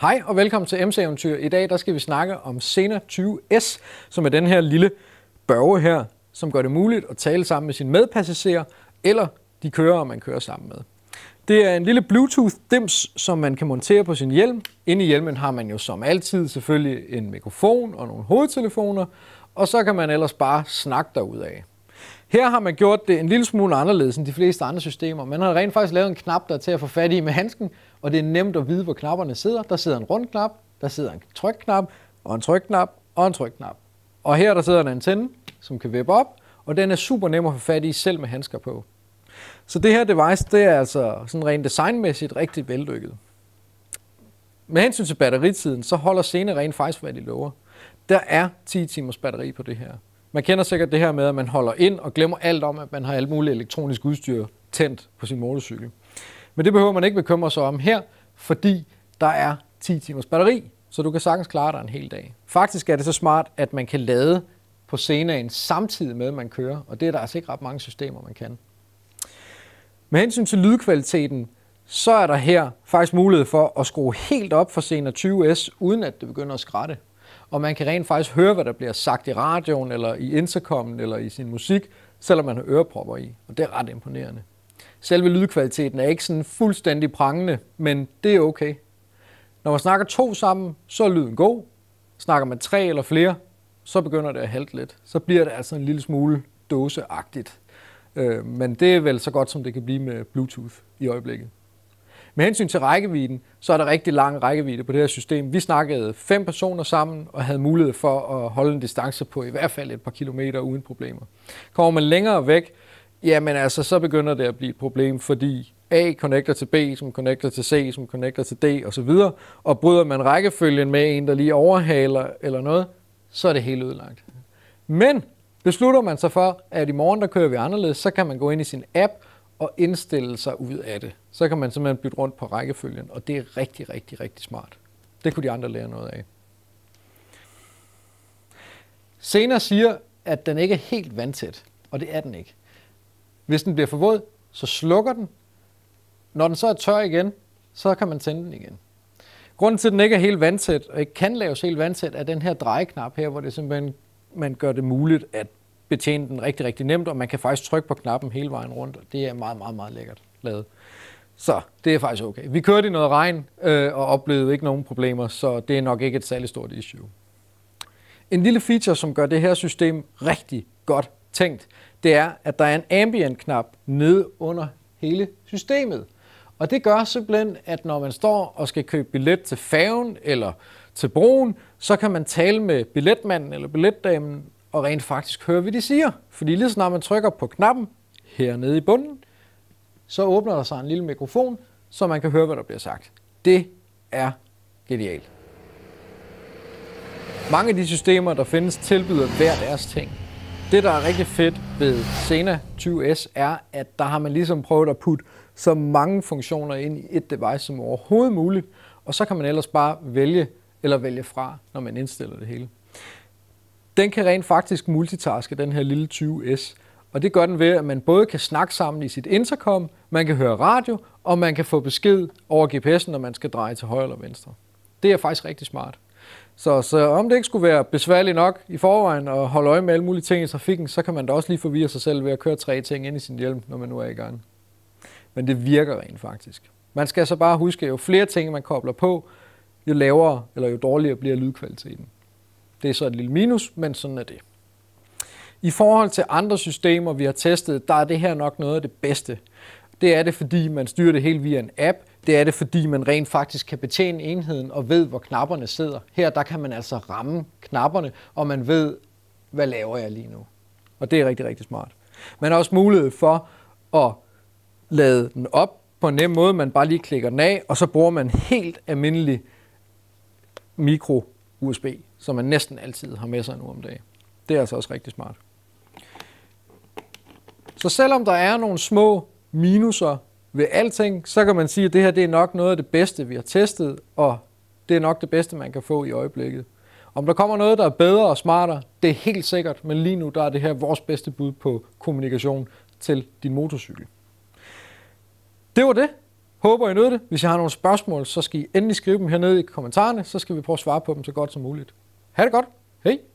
Hej og velkommen til MC-eventyr. I dag der skal vi snakke om Sena 20S, som er den her lille børge her, som gør det muligt at tale sammen med sine medpassagerer, eller de kører, man kører sammen med. Det er en lille Bluetooth-dims, som man kan montere på sin hjelm. Inde i hjelmen har man jo som altid selvfølgelig en mikrofon og nogle hovedtelefoner, og så kan man ellers bare snakke derudad. Her har man gjort det en lille smule anderledes end de fleste andre systemer. Man har rent faktisk lavet en knap, der er til at få fat i med handsken, og det er nemt at vide, hvor knapperne sidder. Der sidder en rund knap, der sidder en trykknap, og en trykknap, og en trykknap. Og her der sidder en antenne, som kan vippe op, og den er super nem at få fat i, selv med handsker på. Så det her device, det er altså sådan rent designmæssigt rigtig vellykket. Med hensyn til batteritiden, så holder Sena rent faktisk, hvad de lover. Der er 10 timers batteri på det her. Man kender sikkert det her med, at man holder ind og glemmer alt om, at man har alt muligt elektronisk udstyr tændt på sin motorcykel. Men det behøver man ikke bekymre sig om her, fordi der er 10 timers batteri, så du kan sagtens klare dig en hel dag. Faktisk er det så smart, at man kan lade på Senaen samtidig med, at man kører, og det er der altså ikke ret mange systemer, man kan. Med hensyn til lydkvaliteten, så er der her faktisk mulighed for at skrue helt op for Sena 20S, uden at det begynder at skrætte. Og man kan rent faktisk høre, hvad der bliver sagt i radioen, eller i intercomen, eller i sin musik, selvom man har ørepropper i. Og det er ret imponerende. Selve lydkvaliteten er ikke sådan fuldstændig prangende, men det er okay. Når man snakker 2 sammen, så er lyden god. Snakker man 3 eller flere, så begynder det at halte lidt. Så bliver det altså en lille smule dåseagtigt. Men det er vel så godt, som det kan blive med Bluetooth i øjeblikket. Med hensyn til rækkevidden, så er der rigtig lang rækkevidde på det her system. Vi snakkede 5 personer sammen og havde mulighed for at holde en distance på i hvert fald et par kilometer uden problemer. Kommer man længere væk, jamen altså, så begynder det at blive et problem, fordi A connecter til B, som connecter til C, som connecter til D osv. Og bryder man rækkefølgen med en, der lige overhaler eller noget, så er det helt ødelagt. Men beslutter man sig for, at i morgen der kører vi anderledes, så kan man gå ind i sin app og indstille sig ud af det. Så kan man simpelthen bytte rundt på rækkefølgen, og det er rigtig, rigtig, rigtig smart. Det kunne de andre lære noget af. Sena siger, at den ikke er helt vandtæt, og det er den ikke. Hvis den bliver for våd, så slukker den. Når den så er tør igen, så kan man tænde den igen. Grunden til, at den ikke er helt vandtæt, og ikke kan laves helt vandtæt, er den her drejeknap her, hvor det simpelthen man gør det muligt at betjene den rigtig, rigtig nemt, og man kan faktisk trykke på knappen hele vejen rundt, og det er meget, meget, meget lækkert lavet. Så det er faktisk okay. Vi kørte i noget regn og oplevede ikke nogen problemer, så det er nok ikke et særligt stort issue. En lille feature, som gør det her system rigtig godt tænkt, det er, at der er en ambient-knap nede under hele systemet. Og det gør simpelthen, at når man står og skal købe billet til færgen eller til broen, så kan man tale med billetmanden eller billetdamen og rent faktisk høre, hvad de siger. Fordi lige så snart man trykker på knappen hernede i bunden, så åbner der sig en lille mikrofon, så man kan høre, hvad der bliver sagt. Det er genialt. Mange af de systemer, der findes, tilbyder hver deres ting. Det, der er rigtig fedt ved Sena 20S, er, at der har man ligesom prøvet at putte så mange funktioner ind i et device som overhovedet muligt, og så kan man ellers bare vælge eller vælge fra, når man indstiller det hele. Den kan rent faktisk multitaske, den her lille 20S, og det gør den ved, at man både kan snakke sammen i sit intercom, man kan høre radio, og man kan få besked over GPS'en, når man skal dreje til højre eller venstre. Det er faktisk rigtig smart. Så om det ikke skulle være besværligt nok i forvejen at holde øje med alle mulige ting i trafikken, så kan man da også lige forvirre sig selv ved at køre 3 ting ind i sin hjelm, når man nu er i gang. Men det virker rent faktisk. Man skal så bare huske, at jo flere ting man kobler på, jo lavere eller jo dårligere bliver lydkvaliteten. Det er så et lille minus, men sådan er det. I forhold til andre systemer, vi har testet, der er det her nok noget af det bedste. Det er det, fordi man styrer det helt via en app. Det er det, fordi man rent faktisk kan betjene enheden og ved, hvor knapperne sidder. Her der kan man altså ramme knapperne, og man ved, hvad laver jeg lige nu. Og det er rigtig, rigtig smart. Man har også mulighed for at lade den op på en nem måde. Man bare lige klikker den af, og så bruger man helt almindelig micro-USB, som man næsten altid har med sig nu om dagen. Det er altså også rigtig smart. Så selvom der er nogle små minuser ved alting, så kan man sige, at det her det er nok noget af det bedste, vi har testet, og det er nok det bedste, man kan få i øjeblikket. Om der kommer noget, der er bedre og smartere, det er helt sikkert, men lige nu der er det her vores bedste bud på kommunikation til din motorcykel. Det var det. Håber I nød det. Hvis I har nogle spørgsmål, så skal I endelig skrive dem hernede i kommentarerne, så skal vi prøve at svare på dem så godt som muligt. Ha' det godt. Hej!